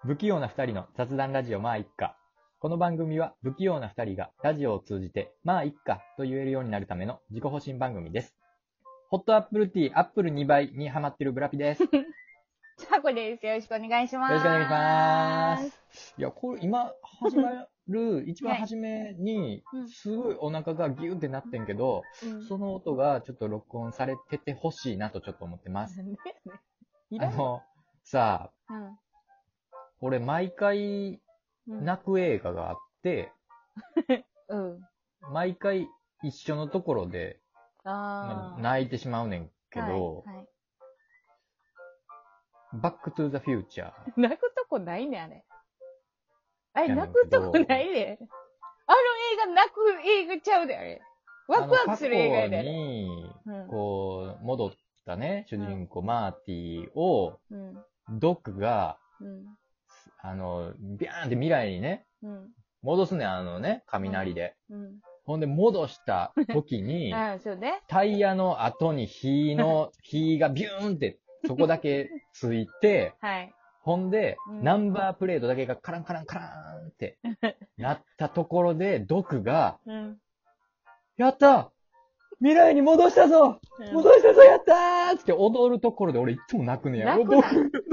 不器用な二人の雑談ラジオまあいっか。この番組は不器用な二人がラジオを通じてまあいっかと言えるようになるための自己保身番組です。ホットアップルティーアップル2倍にハマってるブラピです。よさこです。よろしくお願いします。 ろしくお願いします。いや、これ今始まる一番初めにすごいお腹がギューってなってんけど、その音がちょっと録音されててほしいなとちょっと思ってます。さあ、俺毎回泣く映画があって、毎回一緒のところで泣いてしまうねんけど、バックトゥーザフューチャー。 泣くとこないねん、あれ。泣くとこないで。あの映画泣く映画ちゃうで、あれ。ワクワクする映画やで。 過去に、こう、戻ったね、主人公マーティを、ドックが、ビャーンって未来にね、戻すねん、雷で。ほんで戻した時に、タイヤの後に火がビューンって、そこだけついて、ほんで、ナンバープレートだけがカランカランカラーンってなったところで、ドクが、やった未来に戻したぞ、やったーって踊るところで俺いつも泣くねや。ドク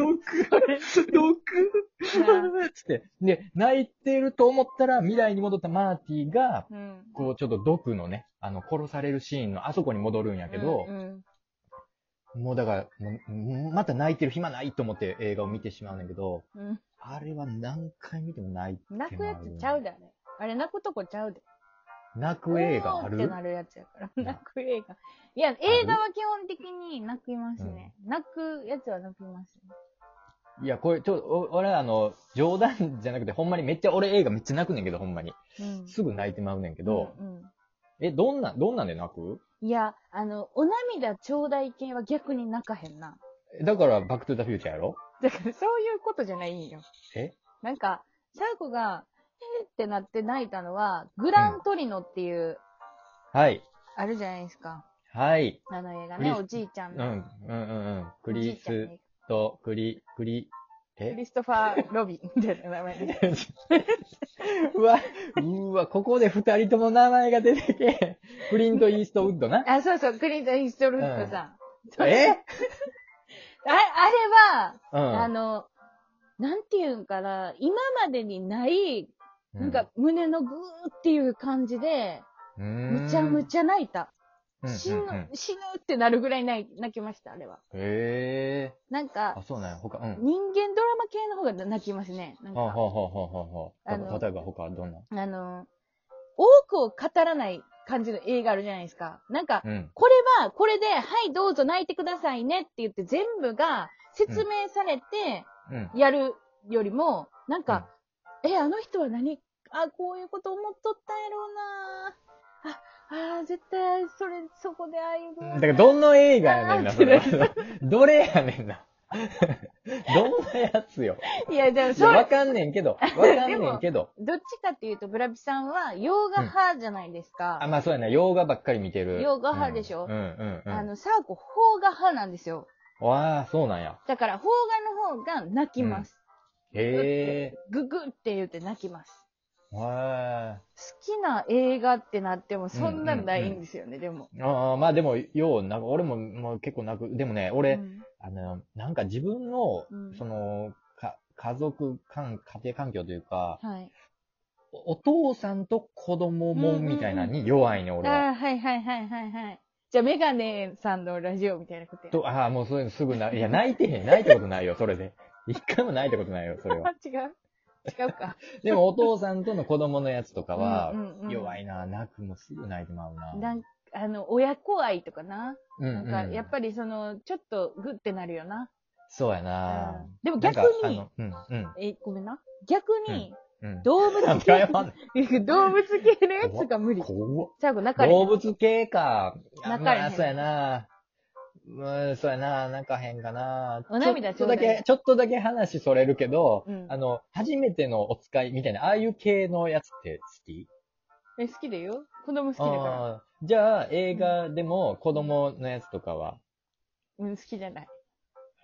つって。で、泣いてると思ったら未来に戻ったマーティが、こうちょっとドクのね、殺されるシーンのあそこに戻るんやけど、もうだから、また泣いてる暇ないと思って映画を見てしまうんだけど、あれは何回見ても泣いてまう。 泣くやつちゃうで、あれ。あれ泣くとこちゃうで。 泣く映画あるってなるやつやから。泣く映画。いや、映画は基本的に泣きますね。泣くやつは泣きますね。 いや、これ、俺冗談じゃなくて、ほんまにめっちゃ、俺映画めっちゃ泣くねんけど、ほんまに。すぐ泣いてまうねんけど、どんなんで泣く？ いや、お涙ちょうだい系は逆に泣かへんな。 だから、バックトゥザフューチャーやろ？ だから、そういうことじゃないんよ。なんか、サーコが、ってなって泣いたのは、グラントリノっていう、 はい。 あるじゃないですか。 はい。 あの映画ね、おじいちゃんの。 クリストファー・ロビンみたいな名前で。 うわ、ここで二人とも名前が出てけ。クリント・イーストウッドな。 そうそう、クリント・イーストウッドさん。あれは、なんていうんかな、今までにない、なんか胸のグーっていう感じで、むちゃむちゃ泣いた。死ぬってなるぐらい泣きました、あれは。なんか、 そうなんや、 人間ドラマ系の方が泣きますね。なんか例えば他どんな？ 多くを語らない感じの映画あるじゃないですか。なんか、これは、これで、はい、どうぞ泣いてくださいねって言って全部が説明されて、やるよりも、なんか、あの人はこういうこと思っとったんやろうな絶対、そこでああいうだからどの映画やねんな、それは。どれやねんな。どんなやつよ。 いや、でもわかんねんけど。どっちかっていうと、ブラピさんは洋画派じゃないですか。 まあそうやな、洋画ばっかり見てる。 洋画派でしょ？サーコ、邦画派なんですよ。 わあ、そうなんや。 だから、邦画の方が泣きます。ググって言って泣きます。好きな映画ってなってもそんなのないんですよね、でも。 まあでも、俺も結構泣く。でもね、俺、なんか自分の、家庭環境というか、お父さんと子供もみたいなに弱いね、俺は。 はい。じゃあ、メガネさんのラジオみたいなことや。 もうそういうのすぐいや、泣いたことないよ、それで。一回も泣いたことないよ、それは。 違うか。 でもお父さんとの子供のやつとかは、弱いな、泣くもすぐ泣いてまうな。 親子愛とかな。なんか、やっぱりちょっとグッてなるよな。 そうやな。 でも逆に、ごめんな。逆に、動物系のやつが無理。最後泣かれへん。 動物系か。そうやな。そうやな、泣かへんかな。 お涙ちょっとだけ話それるけど、初めてのお使いみたいな、ああいう系のやつって好き？ 好きだよ。子供好きだから。 じゃあ、映画でも子供のやつとかは？ 好きじゃない。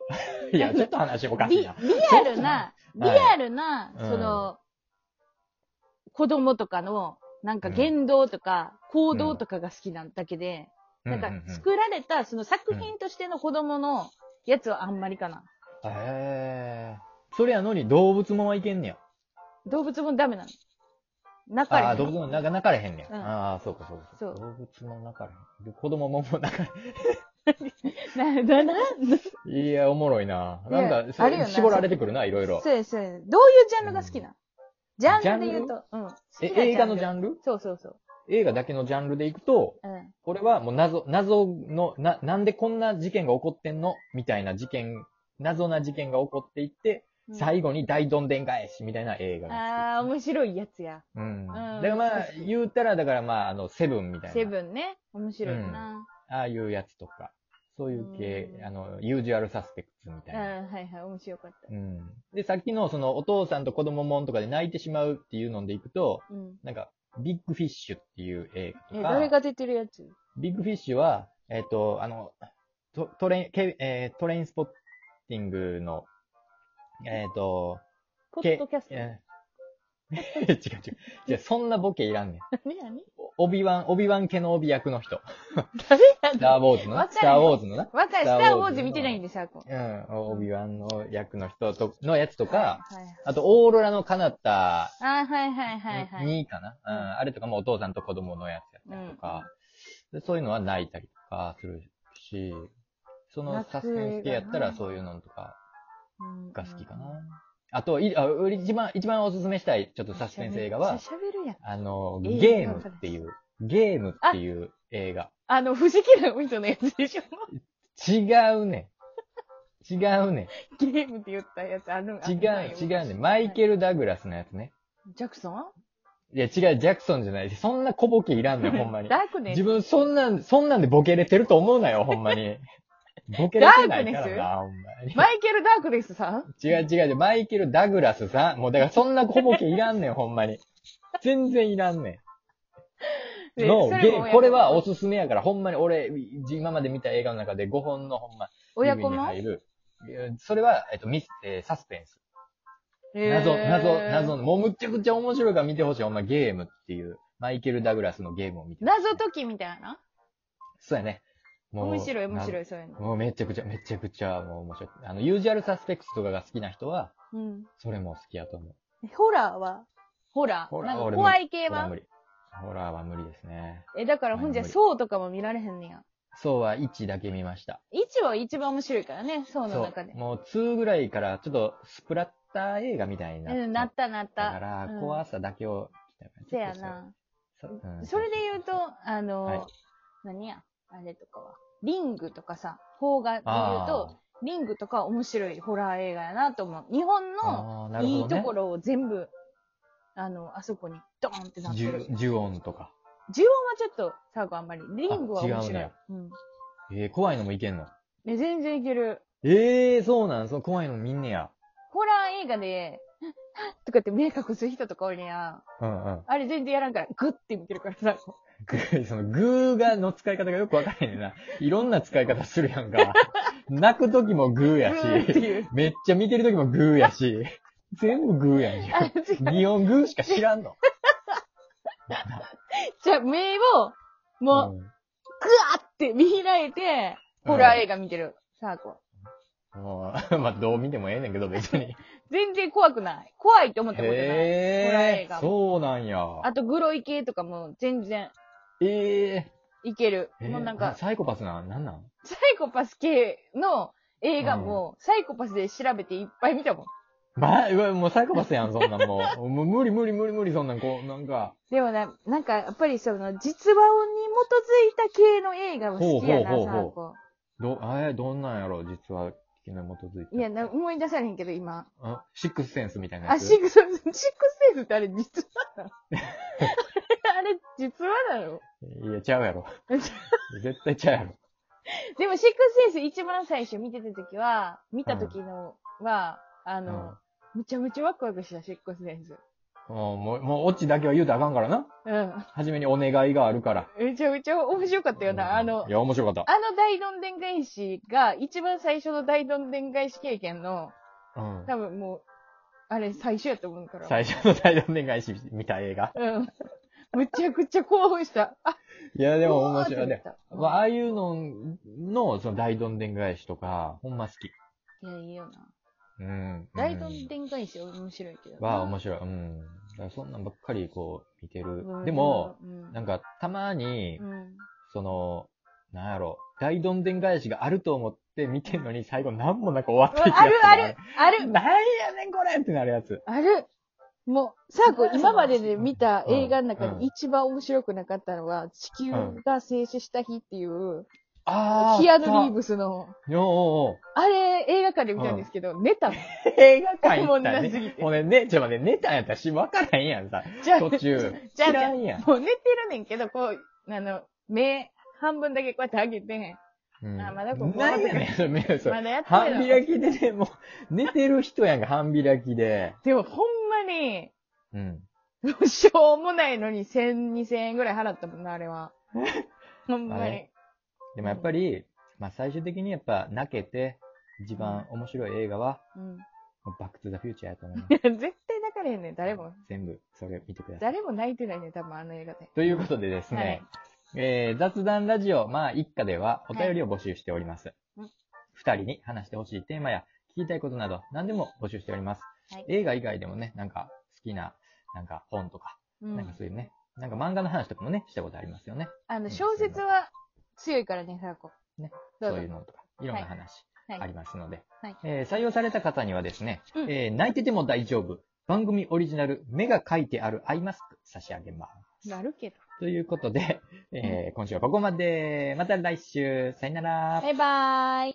いや、ちょっと話おかしいな。 リアルな、その、子供とかの、なんか言動とか、行動とかが好きなだけで、なんか作られた、その作品としての子供のやつはあんまりかな。 それやのに動物もはいけんねや。 動物もダメなの。泣かれへん。 動物も泣かれへんねや。そうか。動物も泣かれへん。子供も泣かれへん。いや、おもろいな。なんか、絞られてくるな、いろいろ。 そう。どういうジャンルが好きなジャンルで言うと。 映画のジャンル？ そう。 映画だけのジャンルでいくと、これはもう謎の、なんでこんな事件が起こってんのみたいな謎な事件が起こっていって、最後に大どんでん返しみたいな映画が好き。 面白いやつや。 だからまあ、言うたら、だからまあ、セブンみたいな。 セブンね。面白いな。 ああいうやつとか、そういう系、ユージュアルサスペクツみたいな。 はい、面白かった。 で、さっきのそのお父さんと子供もんとかで泣いてしまうっていうのでいくと、なんか、ビッグフィッシュっていう映画とか。 誰が出てるやつ？ ビッグフィッシュは、トレインスポッティングの、 ポッドキャスト。 違う。そんなボケいらんねん。 何オビワンケノービ役の人。 誰やスターウォーズのな。スターウォーズのな。 スターウォーズ見てないんですよ、 オビワンの役の人のやつとか、あと、オーロラの彼方にかな。あれとかもお父さんと子供のやつやったりとか、そういうのは泣いたりとかするし、そのサスペンス系やったらそういうのとかが好きかな。あと、一番おすすめしたい、ちょっとサスペンス映画は、ゲームっていう映画。 不思議な人のやつでしょ？ 違うね。 ゲームって言ったやつ違うね。マイケル・ダグラスのやつね。 ジャクソン？ いや、違う、ジャクソンじゃない。そんな小ボケいらんねん、ほんまに。 ダークネス。 自分、そんなんでボケれてると思うなよ、ほんまに。ボケれてないからな、ほんまに。 マイケル・ダークネスさん？ 違う。マイケル・ダグラスさん。もう、だからそんな小ボケいらんねん、ほんまに。全然いらんねん。これはおすすめやから、ほんまに俺、今まで見た映画の中で5本のほんま、 親子の入る。それは、サスペンス。謎、もうむっちゃくちゃ面白いから見てほしい。ほんまゲームっていう、マイケル・ダグラスのゲームを見てほしい。 謎解きみたいな？ そうやね。 面白い、そういうの。 もうめちゃくちゃ、もう面白い。ユージュアルサスペクツとかが好きな人は、それも好きやと思う。 ホラーはなんか怖い系はホラーは無理ですね。 だからほんじゃ、ソーとかも見られへんねや。 ソーは1だけ見ました。 1は一番面白いからね、ソーの中で。 もう2ぐらいからちょっとスプラッター映画みたいになった。 なった。 だから怖さだけを来たから。せやな。それで言うと、何や、あれとかは。リングとかさ、邦画で言うと、リングとか面白いホラー映画やなと思う。日本のいいところを全部、あそこにドーンってなってる。 呪音とか。 呪音はちょっと、サーコあんまり。リングは面白い。 怖いのもいけんの？ 全然いける。 そうなん？その怖いの見んねや。 ホラー映画で、とかって目隠す人とかおるねや。あれ全然やらんから、グッて見てるからさ。 そのグーの使い方がよくわからへんねんな。いろんな使い方するやんか。泣くときもグーやし、めっちゃ見てるときもグーやし、全部グーやんじゃん。擬音グーしか知らんの。 じゃあ、目を、もう、グワーって見開いて、ホラー映画見てる、サーコ。 まあ、どう見てもええねんけど、別に。 全然怖くない。怖いって思ったことない。ホラー映画も。 そうなんや。 あと、グロい系とかも全然。いける。もうなんか。 サイコパスなんなん？ サイコパス系の映画も、サイコパスで調べていっぱい見たもん。 もうサイコパスやん、そんなんもう。もう無理、そんなん、なんか。 でもね、なんか、やっぱりその、実話に基づいた系の映画は好きやな、サーコ。 どんなんやろ、実話に基づいて。 いや、思い出されへんけど、今。 シックスセンスみたいなやつ。 シックスセンスってあれ実話なの？あれ、実話なの？ いや、ちゃうやろ。絶対ちゃうやろ。 でも、シックスセンス一番最初見た時のは、めちゃめちゃワクワクした、シックスセンス。 もう、オチだけは言うたらあかんからな。うん。はじめにお願いがあるから。 めちゃめちゃ面白かったよな。 いや、面白かった。 大どんでん返しが、一番最初の大どんでん返し経験の、多分もう、あれ最初やと思うから。 最初の大どんでん返し見た映画。 うん。むちゃくちゃ興奮した。 いや、でも面白いね。ああいうのの、その大どんでん返しとか、ほんま好き。 いや、いいよな。 うん。 大どんでん返し面白いけど。 面白い。うん。だからそんなんばっかりこう見てる。でも、なんかたまに、その、なんやろ、大どんでん返しがあると思って見てんのに最後なんもなく終わっていくやつ。 あるなんやねんこれってなるやつ。 あるもう、サーコ今までで見た映画の中で一番面白くなかったのは、地球が静止した日っていう、キアヌ・リーブスの、あれ、映画館で見たんですけど、寝たの。 映画館行ったね。もうね、ちょっと待って、寝たんやったらわからへんやんさ。途中。知らんやん。 もう寝てるねんけど、こう、目、半分だけこうやって上げて、まだここ何やねん、まだやってる。半開きでね、もう、寝てる人やんか、半開きで。 でも、ほんまに、しょうもないのに1000、2000円ぐらい払ったもんな、あれは。ほんまに。 でもやっぱり、最終的にやっぱ泣けて、一番面白い映画は、バックトゥザフューチャーやと思います。 いや、絶対泣かれへんねん、誰も。 全部、それ見てください。 誰も泣いてないね、多分あの映画で。 ということでですね、雑談ラジオ、一家ではお便りを募集しております。二人に話してほしいテーマや聞きたいことなど何でも募集しております。映画以外でもね、なんか好きな、なんか本とか、なんかそういうね、なんか漫画の話とかもね、したことありますよね。 小説は強いからね、サーコ。 ね、そういうのとか、いろんな話ありますので、採用された方にはですね、泣いてても大丈夫、番組オリジナル、目が書いてあるアイマスク差し上げます。 なるけど。 ということで、今週はここまで。また来週。さよなら。 バイバーイ。